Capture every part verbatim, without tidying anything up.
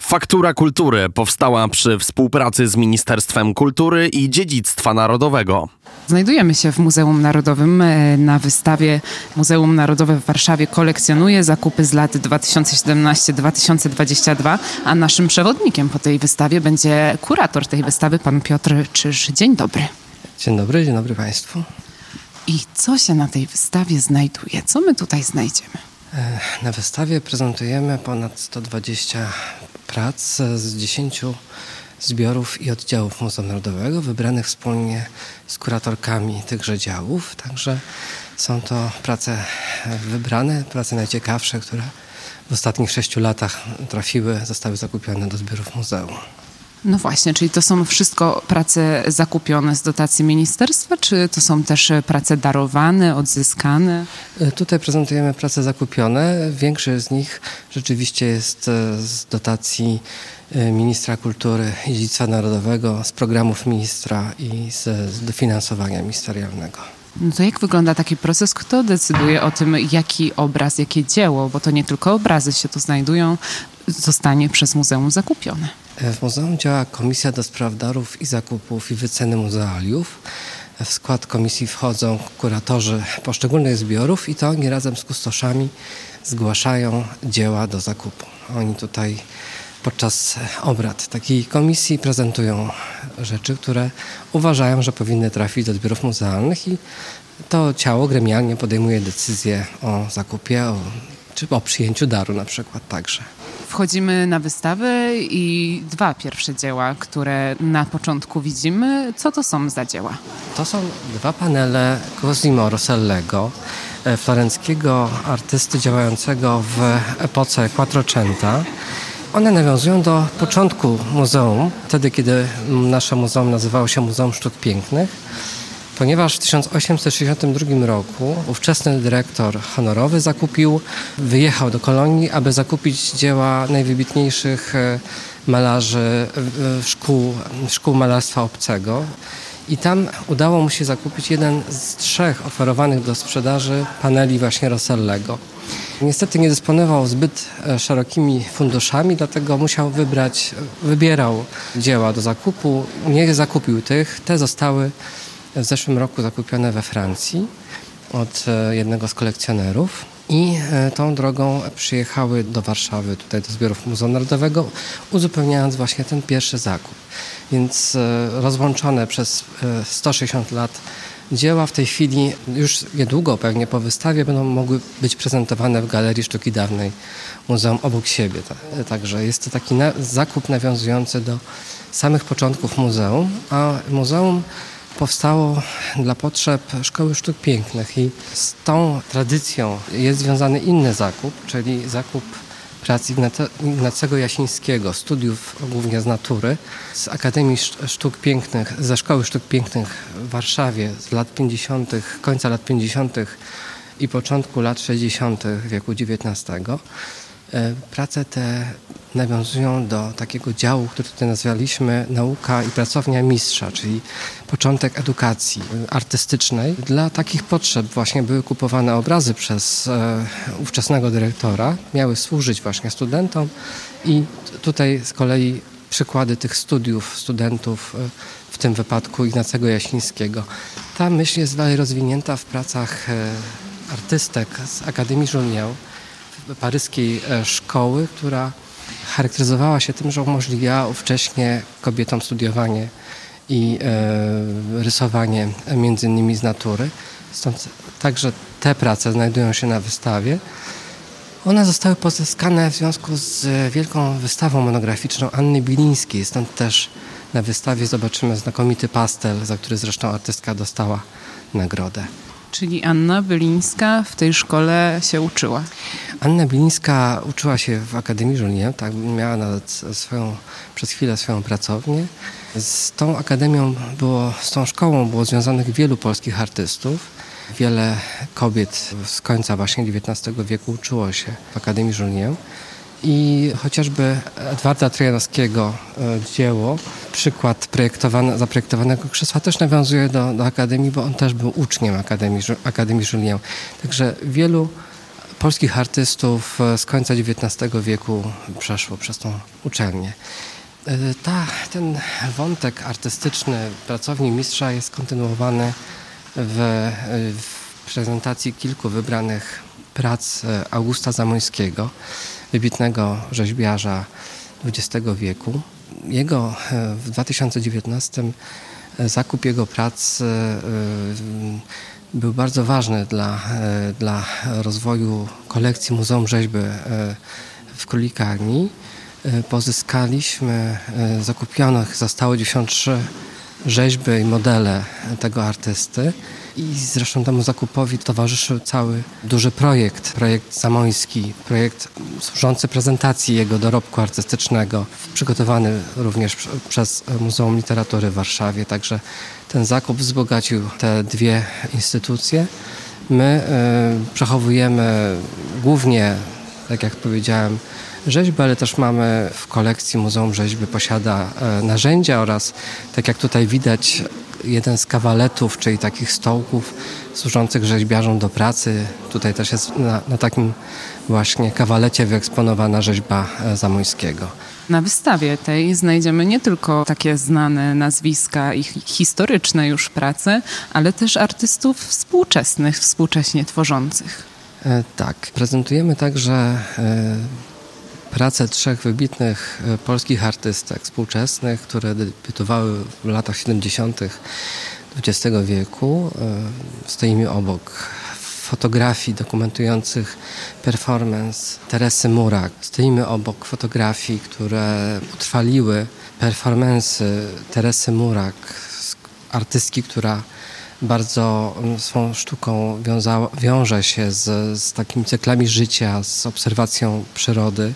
Faktura Kultury powstała przy współpracy z Ministerstwem Kultury i Dziedzictwa Narodowego. Znajdujemy się w Muzeum Narodowym na wystawie. Muzeum Narodowe w Warszawie kolekcjonuje zakupy z lat dwa tysiące siedemnasty do dwa tysiące dwudziestego drugiego, a naszym przewodnikiem po tej wystawie będzie kurator tej wystawy, pan Piotr Czyż. Dzień dobry. Dzień dobry, dzień dobry Państwu. I co się na tej wystawie znajduje? Co my tutaj znajdziemy? Na wystawie prezentujemy ponad sto dwadzieścia prac z dziesięciu zbiorów i oddziałów Muzeum Narodowego, wybranych wspólnie z kuratorkami tychże działów. Także są to prace wybrane, prace najciekawsze, które w ostatnich sześciu latach trafiły, zostały zakupione do zbiorów muzeum. No właśnie, czyli to są wszystko prace zakupione z dotacji ministerstwa, czy to są też prace darowane, odzyskane? Tutaj prezentujemy prace zakupione. Większość z nich rzeczywiście jest z dotacji ministra kultury i dziedzictwa narodowego, z programów ministra i z, z dofinansowania ministerialnego. No to jak wygląda taki proces? Kto decyduje o tym, jaki obraz, jakie dzieło, bo to nie tylko obrazy się tu znajdują, zostanie przez muzeum zakupione? W muzeum działa Komisja do Spraw Darów i Zakupów i Wyceny Muzealiów. W skład komisji wchodzą kuratorzy poszczególnych zbiorów i to oni razem z kustoszami zgłaszają dzieła do zakupu. Oni tutaj podczas obrad takiej komisji prezentują rzeczy, które uważają, że powinny trafić do zbiorów muzealnych i to ciało gremialnie podejmuje decyzję o zakupie o, czy o przyjęciu daru na przykład także. Wchodzimy na wystawę i dwa pierwsze dzieła, które na początku widzimy. Co to są za dzieła? To są dwa panele Cosimo Rossellego, florenckiego artysty działającego w epoce Quattrocenta. One nawiązują do początku muzeum, wtedy kiedy nasze muzeum nazywało się Muzeum Sztuk Pięknych, ponieważ w tysiąc osiemset sześćdziesiątym drugim roku ówczesny dyrektor honorowy zakupił, wyjechał do Kolonii, aby zakupić dzieła najwybitniejszych malarzy szkół, szkół malarstwa obcego. I tam udało mu się zakupić jeden z trzech oferowanych do sprzedaży paneli właśnie Rossellego. Niestety nie dysponował zbyt szerokimi funduszami, dlatego musiał wybrać, wybierał dzieła do zakupu. Nie zakupił tych, te zostały w zeszłym roku zakupione we Francji od jednego z kolekcjonerów i tą drogą przyjechały do Warszawy, tutaj do zbiorów Muzeum Narodowego, uzupełniając właśnie ten pierwszy zakup. Więc rozłączone przez sto sześćdziesiąt lat dzieła w tej chwili już niedługo pewnie po wystawie będą mogły być prezentowane w Galerii Sztuki Dawnej Muzeum obok siebie. Także jest to taki zakup nawiązujący do samych początków muzeum, a muzeum powstało dla potrzeb Szkoły Sztuk Pięknych i z tą tradycją jest związany inny zakup, czyli zakup prac Ignacego Jasińskiego, studiów głównie z natury, z Akademii Sztuk Pięknych, ze Szkoły Sztuk Pięknych w Warszawie z lat pięćdziesiątych, końca lat pięćdziesiątych i początku lat sześćdziesiątych wieku dziewiętnastego. Prace te nawiązują do takiego działu, który tutaj nazwaliśmy Nauka i Pracownia Mistrza, czyli początek edukacji artystycznej. Dla takich potrzeb właśnie były kupowane obrazy przez e, ówczesnego dyrektora, miały służyć właśnie studentom i tutaj z kolei przykłady tych studiów studentów, w tym wypadku Ignacego Jasińskiego. Ta myśl jest dalej rozwinięta w pracach e, artystek z Akademii Julian, paryskiej szkoły, która charakteryzowała się tym, że umożliwiała ówcześnie kobietom studiowanie i e, rysowanie między innymi z natury. Stąd także te prace znajdują się na wystawie. One zostały pozyskane w związku z wielką wystawą monograficzną Anny Bilińskiej. Stąd też na wystawie zobaczymy znakomity pastel, za który zresztą artystka dostała nagrodę. Czyli Anna Bilińska w tej szkole się uczyła? Anna Bilińska uczyła się w Akademii Julian, tak, miała nawet swoją, przez chwilę swoją pracownię. Z tą akademią było, z tą szkołą było związanych wielu polskich artystów. Wiele kobiet z końca właśnie dziewiętnastego wieku uczyło się w Akademii Julian. I chociażby Edwarda Trojanowskiego dzieło, przykład projektowane, zaprojektowanego krzesła też nawiązuje do, do Akademii, bo on też był uczniem Akademii, Akademii Julian. Także wielu polskich artystów z końca dziewiętnastego wieku przeszło przez tą uczelnię. Ta, ten wątek artystyczny pracowni mistrza jest kontynuowany w, w prezentacji kilku wybranych prac Augusta Zamoyskiego, wybitnego rzeźbiarza dwudziestego wieku. Jego w dwa tysiące dziewiętnastym zakup jego prac był bardzo ważny dla, dla rozwoju kolekcji Muzeum Rzeźby w Królikami. Pozyskaliśmy, zakupionych zostało dziewięćdziesiąt trzy rzeźby i modele tego artysty i zresztą temu zakupowi towarzyszył cały duży projekt, projekt Zamoyski, projekt służący prezentacji jego dorobku artystycznego, przygotowany również przez Muzeum Literatury w Warszawie, także ten zakup wzbogacił te dwie instytucje. My y, przechowujemy głównie, tak jak powiedziałem, rzeźby, ale też mamy w kolekcji Muzeum Rzeźby posiada e, narzędzia oraz, tak jak tutaj widać, jeden z kawaletów, czyli takich stołków służących rzeźbiarzom do pracy. Tutaj też jest na, na takim właśnie kawalecie wyeksponowana rzeźba e, Zamoyskiego. Na wystawie tej znajdziemy nie tylko takie znane nazwiska i historyczne już prace, ale też artystów współczesnych, współcześnie tworzących. E, tak, prezentujemy także e, pracę trzech wybitnych polskich artystek współczesnych, które debiutowały w latach siedemdziesiątych dwudziestego wieku. Stoimy obok fotografii dokumentujących performance Teresy Murak. Stoimy obok fotografii, które utrwaliły performance Teresy Murak, artystki, która bardzo swą sztuką wiąza, wiąże się z, z takimi cyklami życia, z obserwacją przyrody,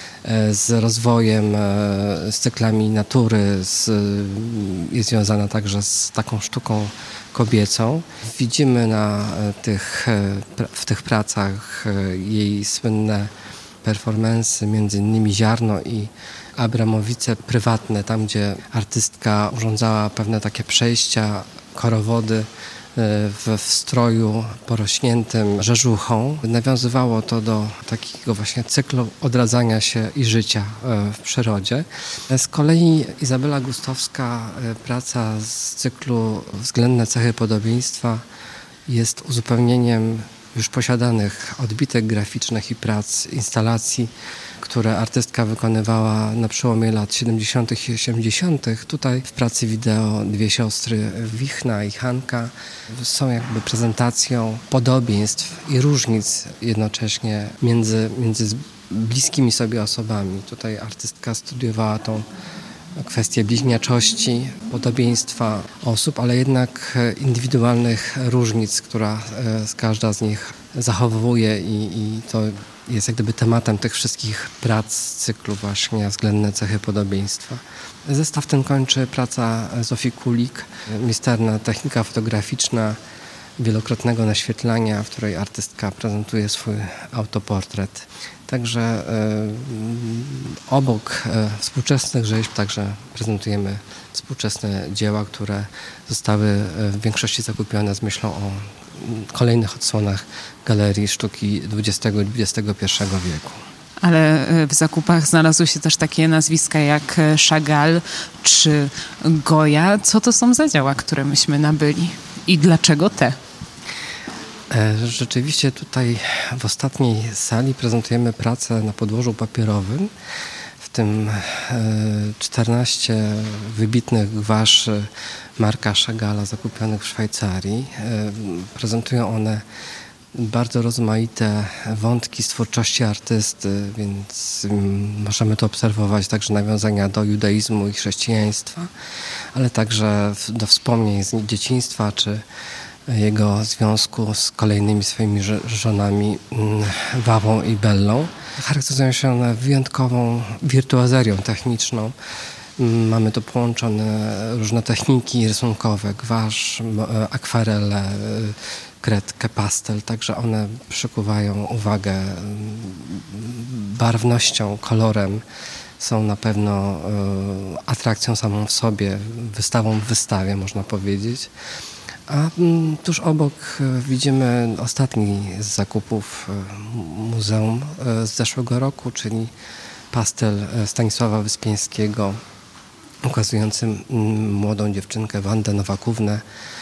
z rozwojem, z cyklami natury, z, jest związana także z taką sztuką kobiecą. Widzimy na tych, w tych pracach jej słynne performance, między innymi Ziarno i Abramowice prywatne, tam gdzie artystka urządzała pewne takie przejścia, korowody w, w stroju porośniętym rzeżuchą. Nawiązywało to do takiego właśnie cyklu odradzania się i życia w przyrodzie. Z kolei Izabela Gustowska, praca z cyklu Względne cechy podobieństwa, jest uzupełnieniem już posiadanych odbitek graficznych i prac, instalacji, które artystka wykonywała na przełomie lat siedemdziesiątych i osiemdziesiątych. Tutaj w pracy wideo dwie siostry, Wichna i Hanka, są jakby prezentacją podobieństw i różnic jednocześnie między, między bliskimi sobie osobami. Tutaj artystka studiowała tą kwestię bliźniaczości, podobieństwa osób, ale jednak indywidualnych różnic, która każda z nich zachowuje i, i to jest jak gdyby tematem tych wszystkich prac z cyklu właśnie Względne cechy podobieństwa. Zestaw ten kończy praca Zofii Kulik, misterna technika fotograficzna wielokrotnego naświetlania, w której artystka prezentuje swój autoportret. Także e, obok e, współczesnych rzeźb także prezentujemy współczesne dzieła, które zostały w większości zakupione z myślą o kolejnych odsłonach Galerii Sztuki dwudziestego i dwudziestego pierwszego wieku. Ale w zakupach znalazły się też takie nazwiska jak Chagall czy Goya. Co to są za dzieła, które myśmy nabyli i dlaczego te? Rzeczywiście tutaj w ostatniej sali prezentujemy pracę na podłożu papierowym, w tym czternaście wybitnych gwasz Marka Chagalla zakupionych w Szwajcarii. Prezentują one bardzo rozmaite wątki z twórczości artysty, więc możemy tu obserwować także nawiązania do judaizmu i chrześcijaństwa, ale także do wspomnień z dzieciństwa czy jego związku z kolejnymi swoimi żonami Wawą i Bellą. Charakteryzują się one wyjątkową wirtuazerią techniczną. Mamy tu połączone różne techniki rysunkowe, gwasz, akwarele, kredkę, pastel, także one przykuwają uwagę barwnością, kolorem. Są na pewno atrakcją samą w sobie, wystawą w wystawie, można powiedzieć. A mm, tuż obok e, widzimy ostatni z zakupów e, muzeum e, z zeszłego roku, czyli pastel e, Stanisława Wyspiańskiego, ukazujący mm, młodą dziewczynkę Wandę Nowakównę.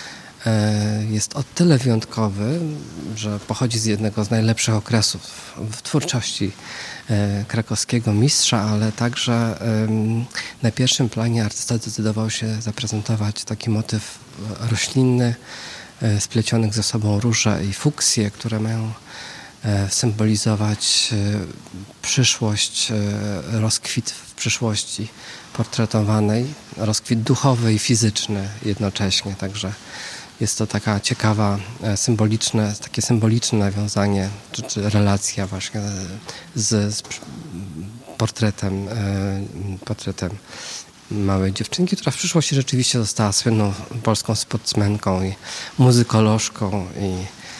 E, jest o tyle wyjątkowy, że pochodzi z jednego z najlepszych okresów w twórczości e, krakowskiego mistrza, ale także e, na pierwszym planie artysta zdecydował się zaprezentować taki motyw roślinny, e, splecionych ze sobą róże i fuksje, które mają e, symbolizować e, przyszłość, e, rozkwit w przyszłości portretowanej, rozkwit duchowy i fizyczny jednocześnie, także jest to taka ciekawa, symboliczne, takie symboliczne nawiązanie, czy, czy relacja właśnie z, z portretem, portretem małej dziewczynki, która w przyszłości rzeczywiście została słynną polską sportsmenką i muzykolożką i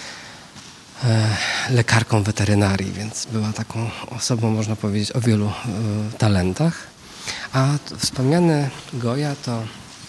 e, lekarką weterynarii, więc była taką osobą, można powiedzieć, o wielu e, talentach. A wspomniany Goya to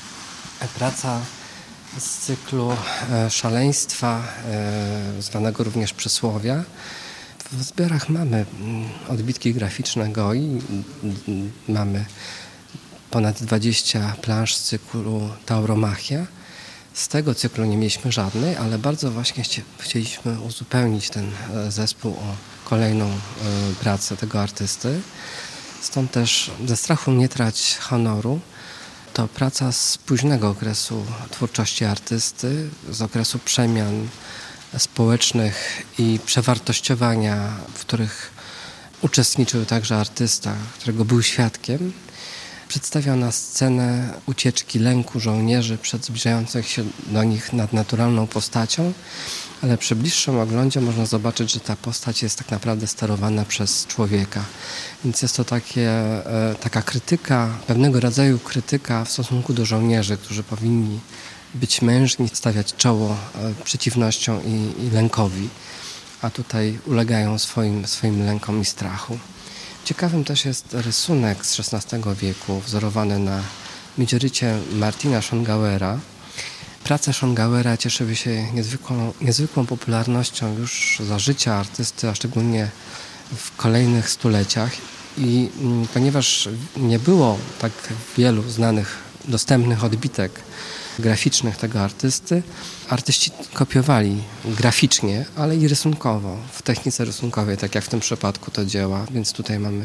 praca z cyklu e, szaleństwa, e, zwanego również Przysłowia. W zbiorach mamy mm, odbitki graficzne Goi, m, mamy ponad dwadzieścia plansz z cyklu Tauromachia. Z tego cyklu nie mieliśmy żadnej, ale bardzo właśnie chci- chcieliśmy uzupełnić ten e, zespół o kolejną e, pracę tego artysty. Stąd też Ze strachu nie trać honoru. To praca z późnego okresu twórczości artysty, z okresu przemian społecznych i przewartościowania, w których uczestniczył także artysta, którego był świadkiem. Przedstawia na scenę ucieczki lęku żołnierzy przed zbliżającą się do nich nadnaturalną postacią, ale przy bliższym oglądzie można zobaczyć, że ta postać jest tak naprawdę sterowana przez człowieka. Więc jest to takie, e, taka krytyka, pewnego rodzaju krytyka w stosunku do żołnierzy, którzy powinni być mężni, stawiać czoło e, przeciwnościom i, i lękowi, a tutaj ulegają swoim, swoim lękom i strachu. Ciekawym też jest rysunek z szesnastego wieku, wzorowany na miedziorycie Martina Schongauera. Prace Schongauera cieszyły się niezwykłą, niezwykłą popularnością już za życia artysty, a szczególnie w kolejnych stuleciach. I mm, ponieważ nie było tak wielu znanych, dostępnych odbitek graficznych tego artysty, artyści kopiowali graficznie, ale i rysunkowo, w technice rysunkowej, tak jak w tym przypadku to dzieła, więc tutaj mamy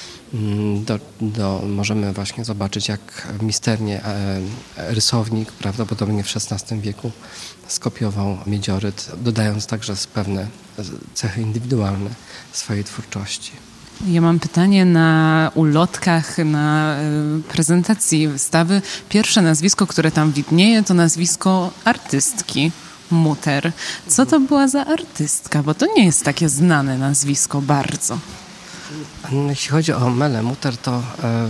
Do, do, możemy właśnie zobaczyć, jak misternie e, rysownik prawdopodobnie w szesnastym wieku skopiował miedzioryt, dodając także pewne cechy indywidualne swojej twórczości. Ja mam pytanie. Na ulotkach, na y, prezentacji wystawy pierwsze nazwisko, które tam widnieje, to nazwisko artystki Mutter. Co to była za artystka? Bo to nie jest takie znane nazwisko bardzo. Jeśli chodzi o Melę Mutter, to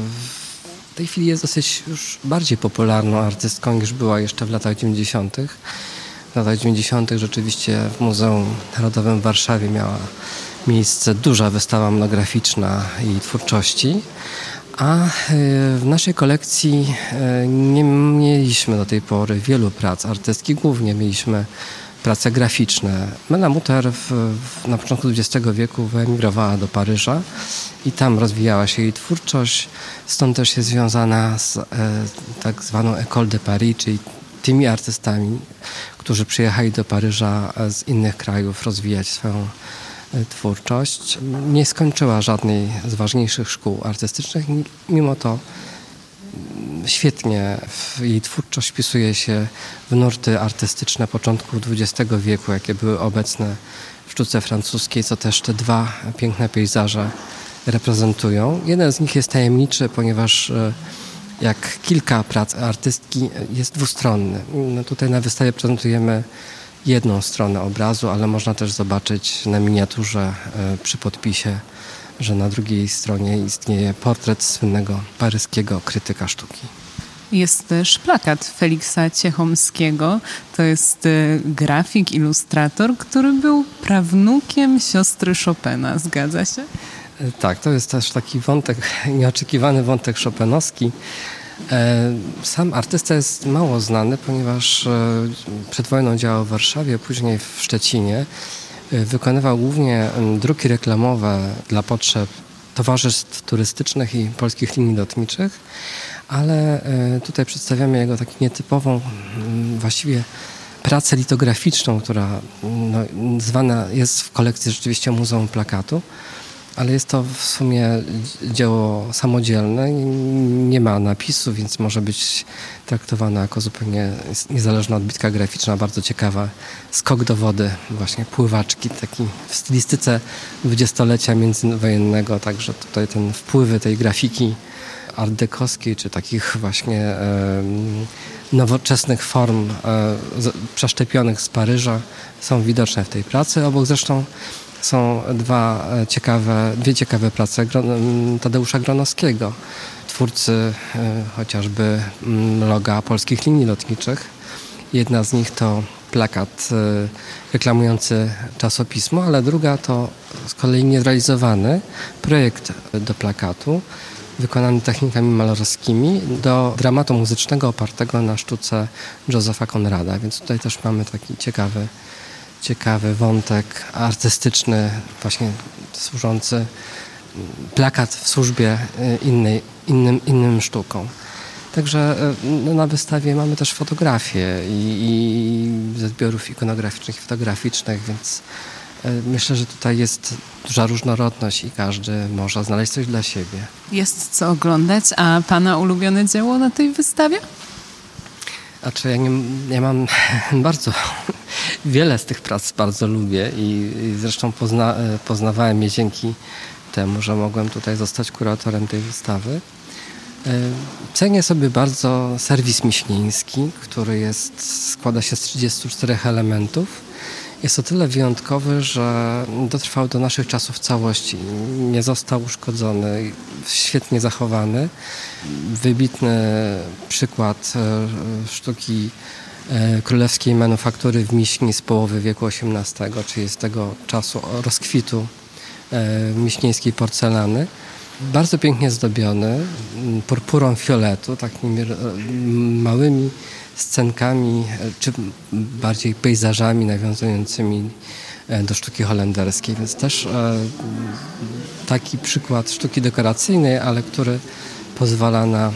w tej chwili jest dosyć już bardziej popularną artystką niż była jeszcze w latach dziewięćdziesiątych. W latach dziewięćdziesiątych rzeczywiście w Muzeum Narodowym w Warszawie miała miejsce duża wystawa monograficzna jej twórczości, a w naszej kolekcji nie mieliśmy do tej pory wielu prac artystki. Głównie mieliśmy prace graficzne. Mela Mutter w, w, na początku dwudziestego wieku wyemigrowała do Paryża i tam rozwijała się jej twórczość. Stąd też jest związana z e, tak zwaną École de Paris, czyli tymi artystami, którzy przyjechali do Paryża z innych krajów rozwijać swoją e, twórczość. Nie skończyła żadnej z ważniejszych szkół artystycznych, mimo to świetnie jej twórczość wpisuje się w nurty artystyczne początku dwudziestego wieku, jakie były obecne w sztuce francuskiej, co też te dwa piękne pejzaże reprezentują. Jeden z nich jest tajemniczy, ponieważ jak kilka prac artystki jest dwustronny. No tutaj na wystawie prezentujemy jedną stronę obrazu, ale można też zobaczyć na miniaturze przy podpisie, że na drugiej stronie istnieje portret słynnego paryskiego krytyka sztuki. Jest też plakat Feliksa Ciechomskiego. To jest y, grafik, ilustrator, który był prawnukiem siostry Chopina. Zgadza się? Tak, to jest też taki wątek, nieoczekiwany wątek chopinowski. Sam artysta jest mało znany, ponieważ przed wojną działał w Warszawie, później w Szczecinie. Wykonywał głównie druki reklamowe dla potrzeb towarzystw turystycznych i polskich linii lotniczych, ale tutaj przedstawiamy jego taką nietypową, właściwie pracę litograficzną, która no, zwana jest w kolekcji rzeczywiście Muzeum Plakatu, ale jest to w sumie dzieło samodzielne, nie ma napisu, więc może być traktowana jako zupełnie niezależna odbitka graficzna, bardzo ciekawa. Skok do wody, właśnie pływaczki, taki w stylistyce dwudziestolecia międzywojennego, także tutaj ten wpływy tej grafiki art dekowskiej, czy takich właśnie e, nowoczesnych form e, z, przeszczepionych z Paryża są widoczne w tej pracy. Obok zresztą są dwa ciekawe, dwie ciekawe prace Tadeusza Gronowskiego, twórcy e, chociażby loga polskich linii lotniczych. Jedna z nich to plakat e, reklamujący czasopismo, ale druga to z kolei niezrealizowany projekt do plakatu, wykonany technikami malarskimi do dramatu muzycznego opartego na sztuce Josepha Conrada. Więc tutaj też mamy taki ciekawy, ciekawy wątek artystyczny, właśnie służący plakat w służbie innej, innym, innym sztukom. Także na wystawie mamy też fotografie i, i ze zbiorów ikonograficznych i fotograficznych, więc myślę, że tutaj jest duża różnorodność i każdy może znaleźć coś dla siebie. Jest co oglądać, a pana ulubione dzieło na tej wystawie? Znaczy ja, nie, ja mam bardzo wiele z tych prac bardzo lubię i, i zresztą pozna, poznawałem je dzięki temu, że mogłem tutaj zostać kuratorem tej wystawy. Cenię sobie bardzo serwis Miśniński, który jest, składa się z trzydziestu czterech elementów. Jest o tyle wyjątkowy, że dotrwał do naszych czasów w całości. Nie został uszkodzony, świetnie zachowany. Wybitny przykład sztuki królewskiej manufaktury w Miśni z połowy wieku osiemnastego, czyli z tego czasu rozkwitu miśnieńskiej porcelany. Bardzo pięknie zdobiony, purpurą fioletu, takimi małymi scenkami, czy bardziej pejzażami nawiązującymi do sztuki holenderskiej. Więc też taki przykład sztuki dekoracyjnej, ale który pozwala na,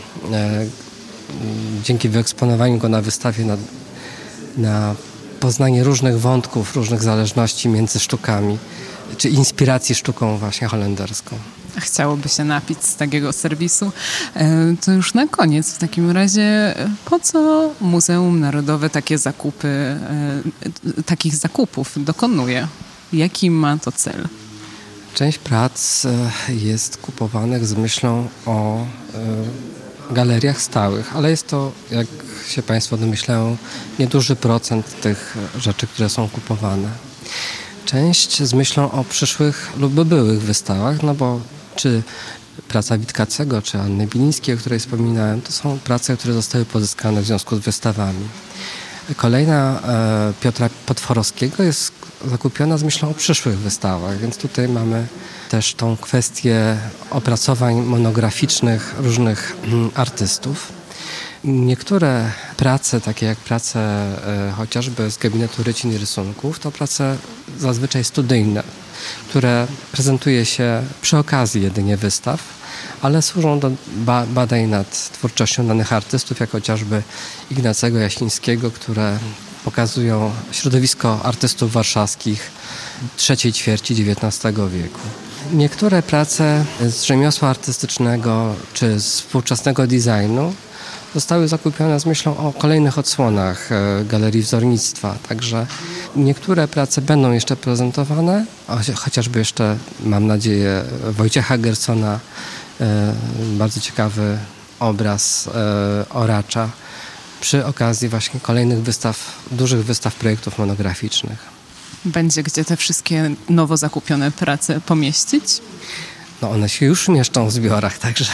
dzięki wyeksponowaniu go na wystawie, na, na poznanie różnych wątków, różnych zależności między sztukami, czy inspiracji sztuką właśnie holenderską. Chciałoby się napić z takiego serwisu. To już na koniec w takim razie, po co Muzeum Narodowe takie zakupy, takich zakupów dokonuje? Jaki ma to cel? Część prac jest kupowanych z myślą o galeriach stałych, ale jest to, jak się Państwo domyślają, nieduży procent tych rzeczy, które są kupowane. Część z myślą o przyszłych lub byłych wystawach, no bo czy praca Witkacego, czy Anny Bilińskiej, o której wspominałem, to są prace, które zostały pozyskane w związku z wystawami. Kolejna e, Piotra Potworowskiego jest zakupiona z myślą o przyszłych wystawach, więc tutaj mamy też tą kwestię opracowań monograficznych różnych mm, artystów. Niektóre prace, takie jak prace e, chociażby z gabinetu rycin i rysunków, to prace zazwyczaj studyjne, które prezentuje się przy okazji jedynie wystaw, ale służą do ba- badań nad twórczością danych artystów, jak chociażby Ignacego Jasińskiego, które pokazują środowisko artystów warszawskich trzeciej ćwierci dziewiętnastego wieku. Niektóre prace z rzemiosła artystycznego czy z współczesnego designu zostały zakupione z myślą o kolejnych odsłonach Galerii Wzornictwa. Także niektóre prace będą jeszcze prezentowane, chociażby jeszcze, mam nadzieję, Wojciecha Gersona, bardzo ciekawy obraz oracza przy okazji właśnie kolejnych wystaw, dużych wystaw projektów monograficznych. Będzie gdzie te wszystkie nowo zakupione prace pomieścić? No one się już mieszczą w zbiorach, także...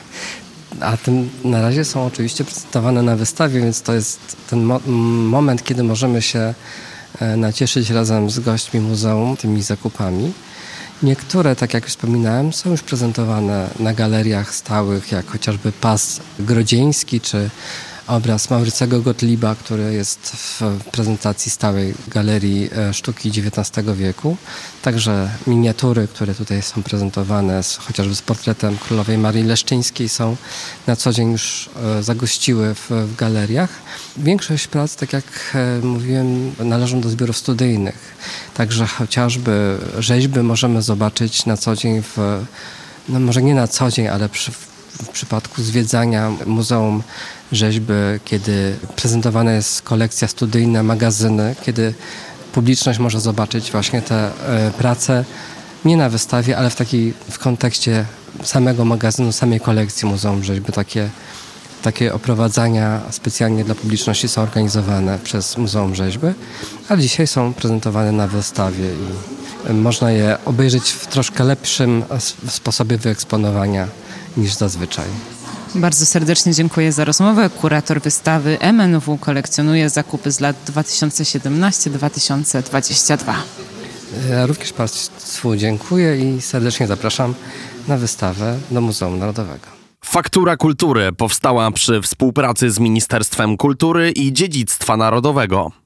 A tym na razie są oczywiście prezentowane na wystawie, więc to jest ten mo- moment, kiedy możemy się nacieszyć razem z gośćmi muzeum tymi zakupami. Niektóre, tak jak wspominałem, są już prezentowane na galeriach stałych, jak chociażby Pas Grodzieński czy obraz Maurycego Gottlieba, który jest w prezentacji stałej Galerii Sztuki dziewiętnastego wieku. Także miniatury, które tutaj są prezentowane, z, chociażby z portretem królowej Marii Leszczyńskiej, są na co dzień już zagościły w, w galeriach. Większość prac, tak jak mówiłem, należą do zbiorów studyjnych. Także chociażby rzeźby możemy zobaczyć na co dzień w, no może nie na co dzień, ale przy w przypadku zwiedzania Muzeum Rzeźby, kiedy prezentowana jest kolekcja studyjna, magazyny, kiedy publiczność może zobaczyć właśnie te e, prace nie na wystawie, ale w takiej, w kontekście samego magazynu, samej kolekcji Muzeum Rzeźby. Takie, takie oprowadzania specjalnie dla publiczności są organizowane przez Muzeum Rzeźby, a dzisiaj są prezentowane na wystawie i można je obejrzeć w troszkę lepszym sposobie wyeksponowania niż zazwyczaj. Bardzo serdecznie dziękuję za rozmowę. Kurator wystawy M N W kolekcjonuje zakupy z lat dwa tysiące siedemnasty do dwa tysiące dwudziestego drugiego. Ja również Państwu dziękuję i serdecznie zapraszam na wystawę do Muzeum Narodowego. Faktura Kultury powstała przy współpracy z Ministerstwem Kultury i Dziedzictwa Narodowego.